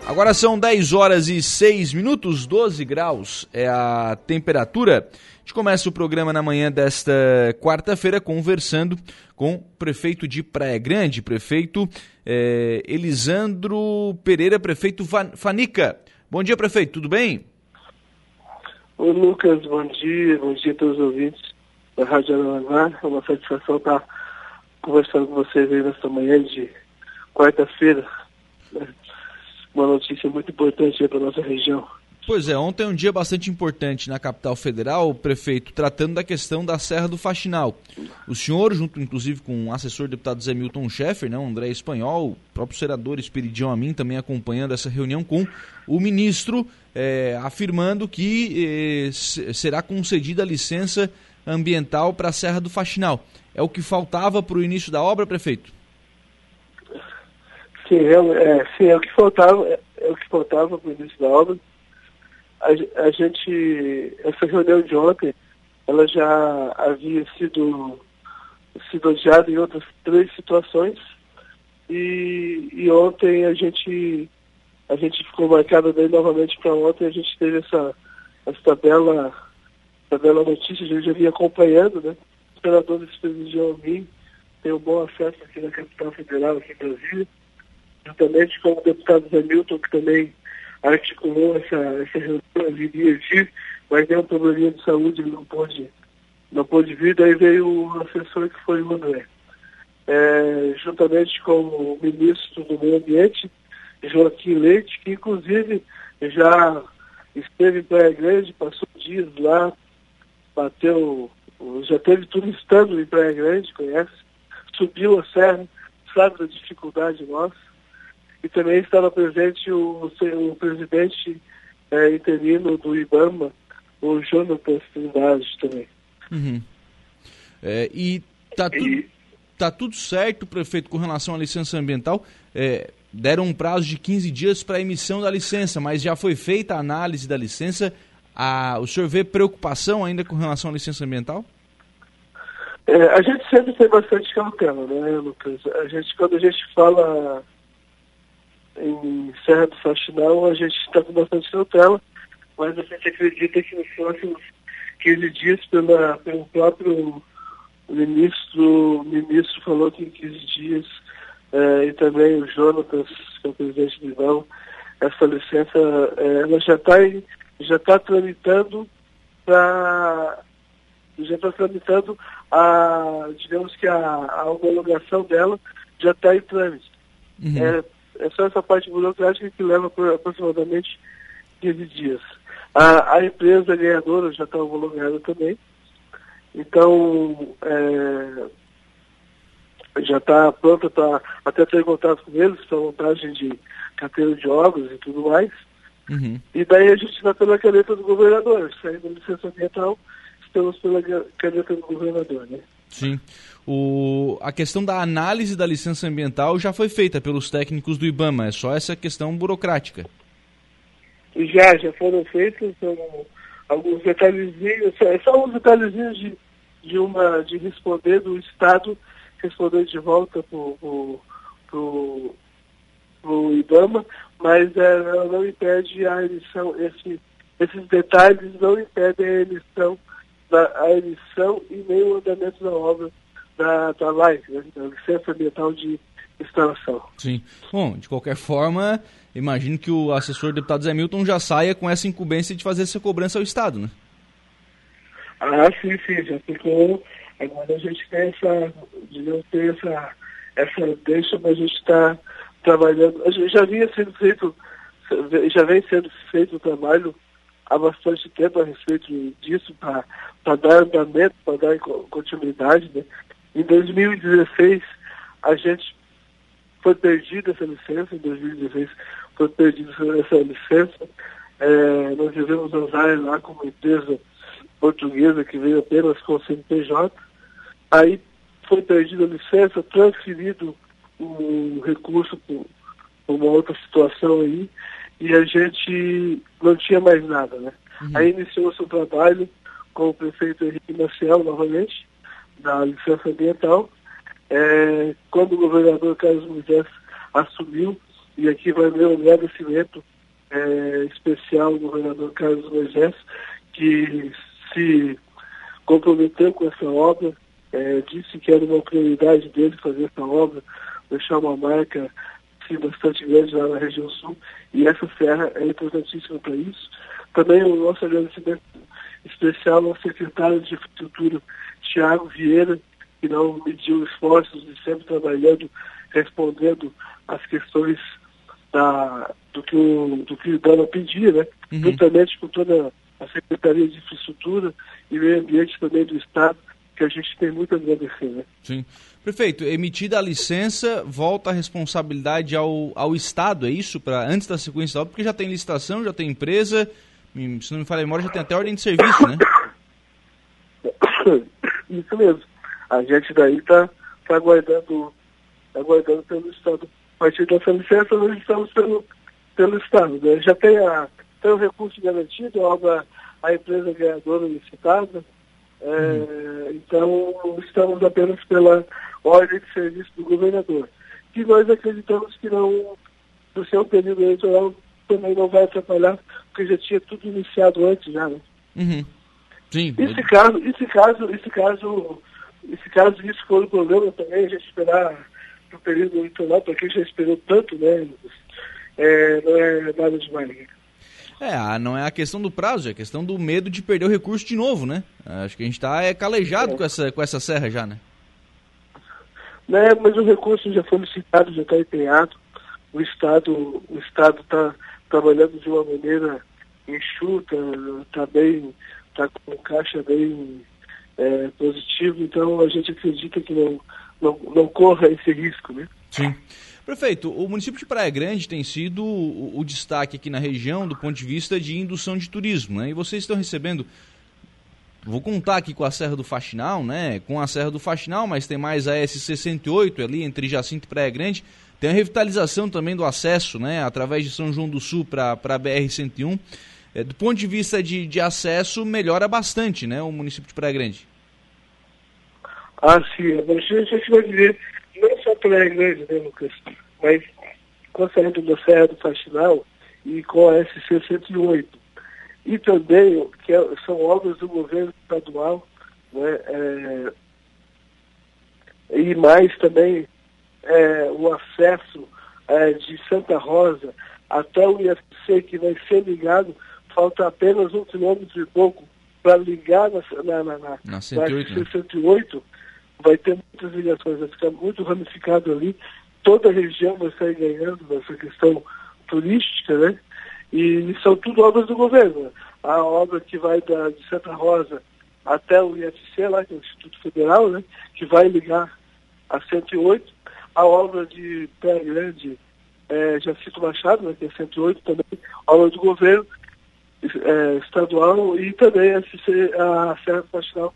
Agora são 10 horas e 6 minutos, 12 graus é a temperatura. A gente começa o programa na manhã desta quarta-feira conversando com o prefeito de Praia Grande, prefeito Elisandro Pereira, prefeito Fanica. Bom dia, prefeito, tudo bem? Oi, Lucas, bom dia a todos os ouvintes da Rádio Aranaguá. É uma satisfação estar conversando com vocês aí nesta manhã de quarta-feira. Uma notícia muito importante para a nossa região. Pois é, ontem é um dia bastante importante na capital federal, prefeito, tratando da questão da Serra do Faxinal. O senhor, junto inclusive com o assessor deputado Zé Milton Schaeffer, né, o André Espanhol, o próprio senador Esperidião Amin também acompanhando essa reunião com o ministro, afirmando que será concedida a licença ambiental para a Serra do Faxinal. É o que faltava para o início da obra, prefeito? Sim, é o que faltava, para o início da obra. Essa reunião de ontem, ela já havia sido adiada em outras 3 situações, e ontem a gente ficou marcado daí novamente para ontem. A gente teve essa bela notícia, a gente já vinha acompanhando, né? O senador Esperidião Amin tem um bom acesso aqui na capital federal, aqui em Brasília, juntamente com o deputado Zé Milton, que também articulou essa reunião, viria vir, mas deu um probleminha de saúde, ele não pôde vir. Daí veio o assessor, que foi o André. Juntamente com o ministro do Meio Ambiente, Joaquim Leite, que inclusive já esteve em Praia Grande, passou dias lá, já teve turistando em Praia Grande, conhece, subiu a serra, sabe da dificuldade nossa. E também estava presente o presidente interino do IBAMA, o Jonatas Trindade também. Uhum. Tá tudo certo, prefeito, com relação à licença ambiental. Deram um prazo de 15 dias para a emissão da licença, mas já foi feita a análise da licença. O senhor vê preocupação ainda com relação à licença ambiental? A gente sempre tem bastante cautela, né, Lucas? Quando a gente fala em Serra do Faxinal, a gente está com bastante cautela, mas a gente acredita que nos próximos 15 dias, pelo próprio ministro falou que em 15 dias, e também o Jonatas, que é o presidente do IBAMA, essa licença ela já está tramitando digamos que a homologação dela já está em trâmite. Uhum. É só essa parte burocrática que leva por aproximadamente 15 dias. A empresa ganhadora já está homologada também. Então, já está pronta, até ter contato com eles para montagem de carteira de obras e tudo mais. Uhum. E daí a gente está pela caneta do governador. Saindo da licença ambiental, estamos pela caneta do governador, né? Sim. A questão da análise da licença ambiental já foi feita pelos técnicos do IBAMA, é só essa questão burocrática. Já foram feitos alguns detalhezinhos, só uns detalhezinhos de responder do Estado, responder de volta pro IBAMA, mas não impede a emissão, esses detalhes não impedem a emissão e nem o andamento da obra da LAI, né, da licença ambiental de instalação. Sim. Bom, de qualquer forma, imagino que o assessor deputado Zé Milton já saia com essa incumbência de fazer essa cobrança ao Estado, né? Sim, já ficou. Agora a gente tem essa deixa para a gente estar trabalhando. Já vem sendo feito o trabalho há bastante tempo a respeito disso, para dar andamento, para dar continuidade, né? Em 2016, a gente foi perdida essa licença, nós vivemos as áreas lá com uma empresa portuguesa que veio apenas com o CNPJ. Aí foi perdida a licença, transferido o recurso para uma outra situação aí, e a gente não tinha mais nada, né? Uhum. Aí iniciou-se um trabalho com o prefeito Henrique Maciel, novamente, da licença ambiental. Quando o governador Carlos Moisés assumiu, E aqui vai meu agradecimento especial ao governador Carlos Moisés, que se comprometeu com essa obra, disse que era uma prioridade dele fazer essa obra, deixar uma marca assim, bastante grande lá na região sul, e essa serra é importantíssima para isso. Também o nosso agradecimento especial ao secretário de Infraestrutura, Thiago Vieira, que não mediu esforços e sempre trabalhando, respondendo às questões do que o Dana pedia, né? Juntamente com toda a Secretaria de Infraestrutura e Meio Ambiente também do Estado, que a gente tem muito a agradecer, né? Sim. Prefeito, emitida a licença, volta a responsabilidade ao Estado, é isso? Antes da sequência da obra, porque já tem licitação, já tem empresa, se não me falha a memória, já tem até ordem de serviço, né? Isso mesmo. A gente daí está aguardando pelo Estado. A partir dessa licença, nós estamos pelo Estado, né? Já tem o recurso garantido, a empresa ganhadora licitada, então estamos apenas pela ordem de serviço do governador. E nós acreditamos que no seu período eleitoral também não vai atrapalhar, porque já tinha tudo iniciado antes já, né? Sim. Esse caso isso for um problema também, a gente esperar pro período eleitoral, para quem já esperou tanto, né? Não é nada demais, né? Não é a questão do prazo, é a questão do medo de perder o recurso de novo, né? Acho que a gente está calejado com essa serra já, né? Mas o recurso já foi licitado, já está empenhado. O Estado está trabalhando de uma maneira enxuta, está com um caixa bem positivo, então a gente acredita que não corra esse risco, né? Sim. Prefeito, o município de Praia Grande tem sido o destaque aqui na região do ponto de vista de indução de turismo, né? E vocês estão recebendo, vou contar aqui com a Serra do Faxinal, né? Com a Serra do Faxinal, mas tem mais a S68 ali entre Jacinto e Praia Grande. Tem a revitalização também do acesso, né? Através de São João do Sul para a BR-101. Do ponto de vista de acesso, melhora bastante, né? O município de Praia Grande. Sim. A gente vai dizer, não só Praia Grande, né, Lucas? Mas com a saída da Serra do Faxinal e com a SC-108. E também, são obras do governo estadual, né? E mais também o acesso de Santa Rosa até o IFC, que vai ser ligado, falta apenas 1 quilômetro e pouco para ligar na 108, vai ter muitas ligações, vai ficar muito ramificado ali, toda a região vai sair ganhando nessa questão turística, né? E são tudo obras do governo. A obra que vai de Santa Rosa até o IFC, lá, que é o Instituto Federal, né? Que vai ligar a 108, a obra de Praia Grande, Jacinto Machado, né? Que é 108 também, obra do governo estadual, e também a Serra do Faxinal,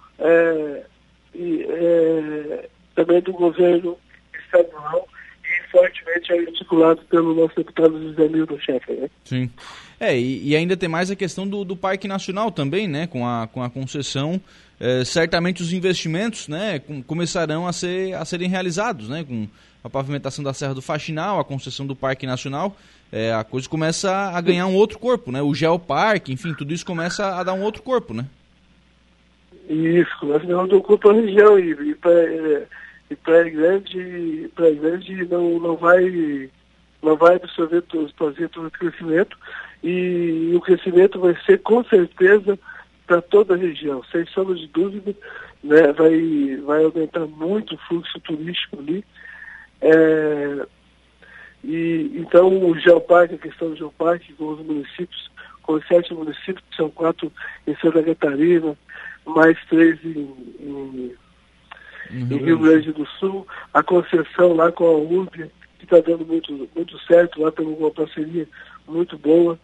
também do governo estadual, e fortemente articulado pelo nosso deputado José Milton Schaeffer, né? Sim. E ainda tem mais a questão do Parque Nacional também, né? Com a concessão, certamente os investimentos, né, começarão a serem realizados, né? Com a pavimentação da Serra do Faxinal, a concessão do Parque Nacional, a coisa começa a ganhar um outro corpo, né? O Geoparque, enfim, tudo isso começa a dar um outro corpo, né? Isso, começa a dar um outro corpo à região, e Praia Grande não vai absorver fazer todo o crescimento, e o crescimento vai ser com certeza para toda a região, sem sombra de dúvida, né? Vai aumentar muito o fluxo turístico ali. E então o Geoparque, a questão do Geoparque com os municípios, com os 7 municípios, que são 4 em Santa Catarina, mais 3 em Rio Grande do Sul, a concessão lá com a URB, que está dando muito certo, lá temos uma parceria muito boa.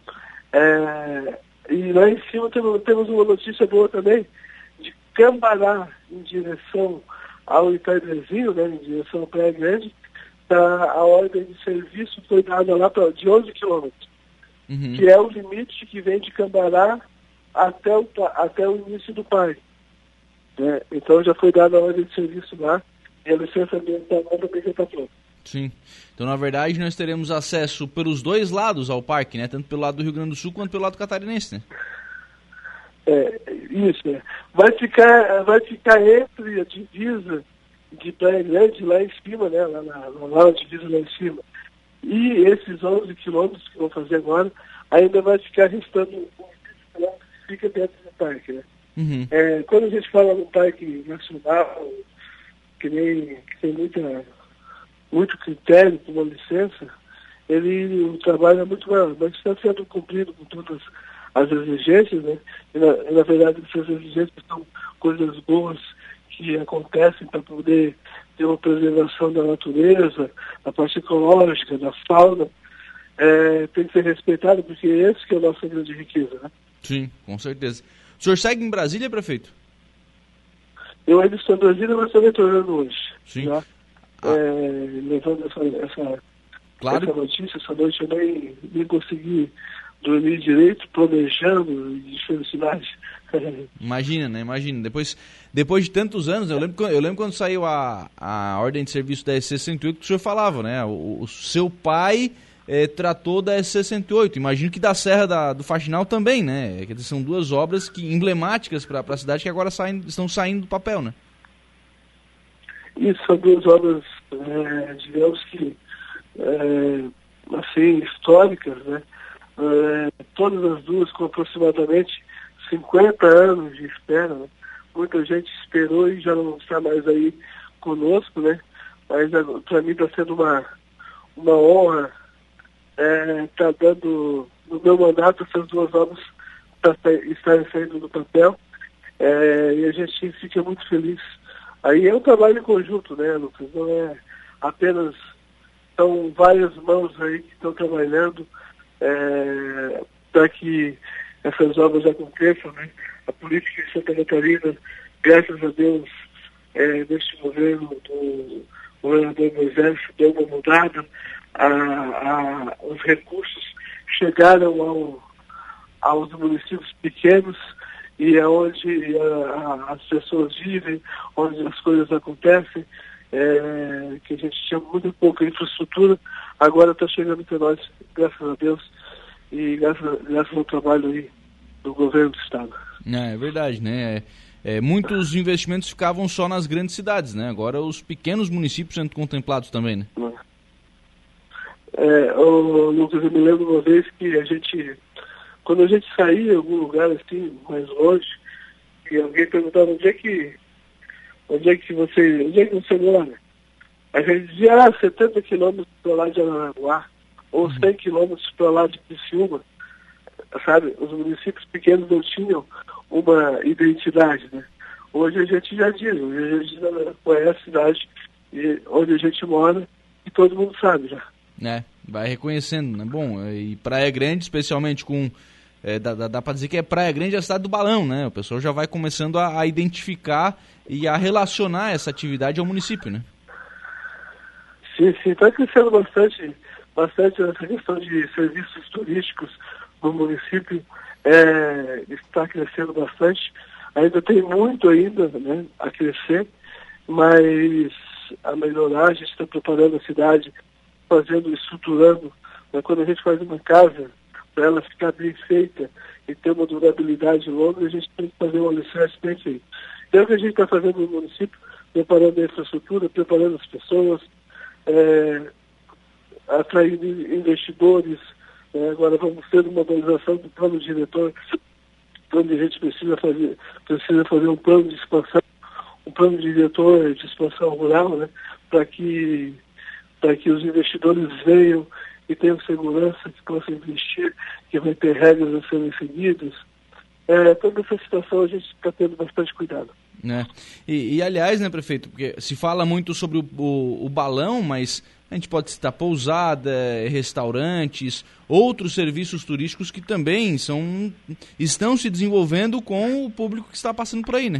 E lá em cima temos uma notícia boa também, de Cambará em direção ao Itaibezinho, né, em direção à Praia Grande, a ordem de serviço foi dada lá de 11 quilômetros, que é o limite que vem de Cambará até o início do parque. Então já foi dada a ordem de serviço lá, e a licença ambiental também já está pronta. Sim. Então, na verdade, nós teremos acesso pelos dois lados ao parque, né? Tanto pelo lado do Rio Grande do Sul quanto pelo lado catarinense, né? Isso. Vai ficar entre a divisa de Praia Grande lá em cima, né? Lá na divisa lá em cima. E esses 11 quilômetros que vão fazer agora, ainda vai ficar restando um quilômetro que fica dentro do parque, né? Uhum. Quando a gente fala no parque nacional, que tem muito critério para uma licença, o trabalho é muito maior, mas está sendo cumprido com todas as exigências, né? E na verdade, essas exigências são coisas boas que acontecem para poder ter uma preservação da natureza, da parte ecológica, da fauna, tem que ser respeitado, porque esse que é a nossa grande riqueza, né? Sim, com certeza. O senhor segue em Brasília, prefeito? Eu ainda estou em Brasília, mas estou retornando hoje. Sim. Já, levando essa notícia. Essa noite eu nem consegui dormir direito, planejando de felicidade. Imagina, né? Imagina. Depois de tantos anos, eu lembro quando saiu a ordem de serviço da SC-108 que o senhor falava, né? O seu pai tratou da SC-108. Imagino que da Serra do Faxinal também, né? Quer dizer, são duas obras emblemáticas para a cidade que agora estão saindo do papel, né? Isso, são duas obras, digamos que, assim, históricas, né? Todas as duas com aproximadamente 50 anos de espera, né? Muita gente esperou e já não está mais aí conosco, né? Mas para mim está sendo uma honra estar dando, no meu mandato, essas duas obras estarem saindo do papel, e a gente fica muito feliz. Aí é um trabalho em conjunto, né, Lucas? Não é apenas, são várias mãos aí que estão trabalhando para que essas obras aconteçam, né? A política de Santa Catarina, graças a Deus, neste governo do governador Moisés, deu uma mudada, os recursos chegaram aos municípios pequenos e é onde as pessoas vivem, onde as coisas acontecem, que a gente tinha muito pouca infraestrutura, agora está chegando até nós, graças a Deus, e graças ao trabalho aí do governo do estado. É verdade, né? Muitos investimentos ficavam só nas grandes cidades, né? Agora os pequenos municípios sendo contemplados também, né? Lucas, eu me lembro uma vez que quando a gente saía em algum lugar assim, mais longe, e alguém perguntava onde é que você mora? A gente dizia, 70 quilômetros para lá de Aranaguá, ou 100 quilômetros para lá de Criciúma, sabe? Os municípios pequenos não tinham uma identidade, né? Hoje a gente já diz, conhece a cidade onde a gente mora e todo mundo sabe já. Vai reconhecendo, né? Bom, e Praia Grande, especialmente com... dá para dizer que Praia Grande é a cidade do balão, né? O pessoal já vai começando a identificar e a relacionar essa atividade ao município, né? Sim, está crescendo bastante essa questão de serviços turísticos no município, está crescendo bastante. Ainda tem muito né, a crescer, mas a melhorar, a gente está preparando a cidade, estruturando, né? Quando a gente faz uma casa, para ela ficar bem feita e ter uma durabilidade longa, a gente tem que fazer um alicerce bem feito. Então, o que a gente está fazendo no município, preparando a infraestrutura, preparando as pessoas, atraindo investidores, agora vamos ter uma modernização do plano diretor, onde a gente precisa fazer um plano de expansão, um plano diretor de expansão rural, né, para que os investidores venham e tenham segurança, que possam investir, que vai ter regras a serem seguidas. Toda essa situação a gente está tendo bastante cuidado. E aliás, né, prefeito, porque se fala muito sobre o balão, mas a gente pode citar pousada, restaurantes, outros serviços turísticos que também estão se desenvolvendo com o público que está passando por aí, né?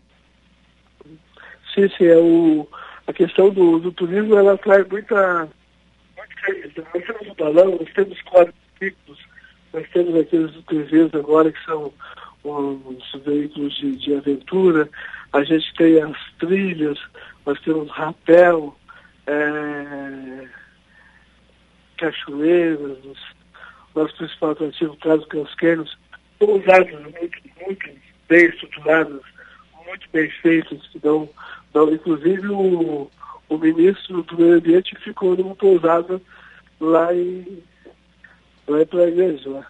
Sim, a questão do turismo, ela traz muita coisa. Nós temos o balão, nós temos quadros picos, nós temos aqueles UTVs agora que são os veículos de aventura, a gente tem as trilhas, nós temos rapel, cachoeiras, nosso principal atrativo, caso Casqueiros, pousadas muito bem estruturadas, muito bem feitas, que dão inclusive o ministro do Meio Ambiente ficou numa pousada lá em Praia Grande, lá.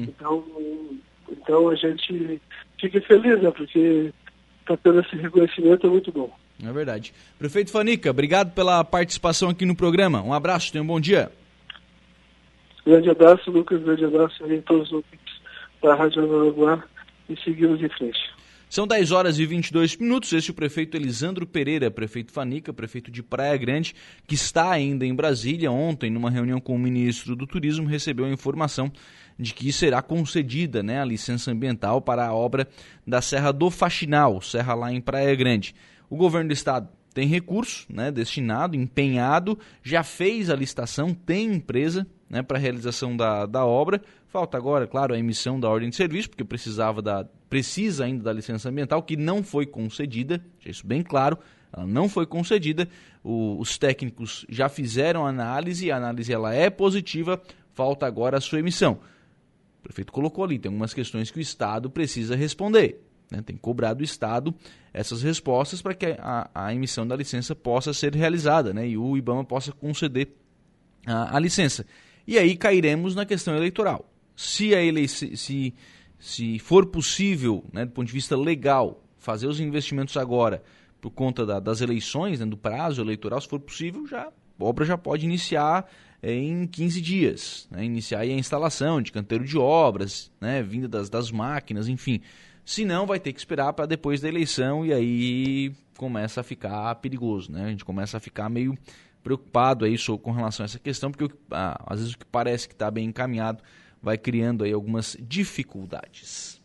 Então a gente fica feliz, né, porque está tendo esse reconhecimento, é muito bom. É verdade. Prefeito Fanica, obrigado pela participação aqui no programa. Um abraço, tenha um bom dia. Grande abraço, Lucas, grande abraço a todos os ouvintes da Rádio Araranguá e seguimos em frente. São 10 horas e 22 minutos. Este é o prefeito Elisandro Pereira, prefeito Fanica, prefeito de Praia Grande, que está ainda em Brasília. Ontem, numa reunião com o ministro do Turismo, recebeu a informação de que será concedida, né, a licença ambiental para a obra da Serra do Faxinal, serra lá em Praia Grande. O governo do estado tem recurso, né, destinado, empenhado, já fez a licitação, tem empresa, né, para a realização da obra. Falta agora, claro, a emissão da ordem de serviço, porque precisa ainda da licença ambiental, que não foi concedida, deixa isso bem claro, ela não foi concedida. Os técnicos já fizeram a análise ela é positiva, falta agora a sua emissão. O prefeito colocou ali, tem algumas questões que o Estado precisa responder, né? Tem que cobrar do Estado essas respostas para que a emissão da licença possa ser realizada, né? E o IBAMA possa conceder a licença. E aí cairemos na questão eleitoral. Se for possível, né, do ponto de vista legal, fazer os investimentos agora por conta das eleições, né, do prazo eleitoral, se for possível, a obra já pode iniciar em 15 dias, né, iniciar aí a instalação de canteiro de obras, né, vinda das máquinas, enfim. Se não, vai ter que esperar para depois da eleição e aí começa a ficar perigoso, né? A gente começa a ficar meio preocupado aí com relação a essa questão, porque às vezes o que parece que está bem encaminhado vai criando aí algumas dificuldades.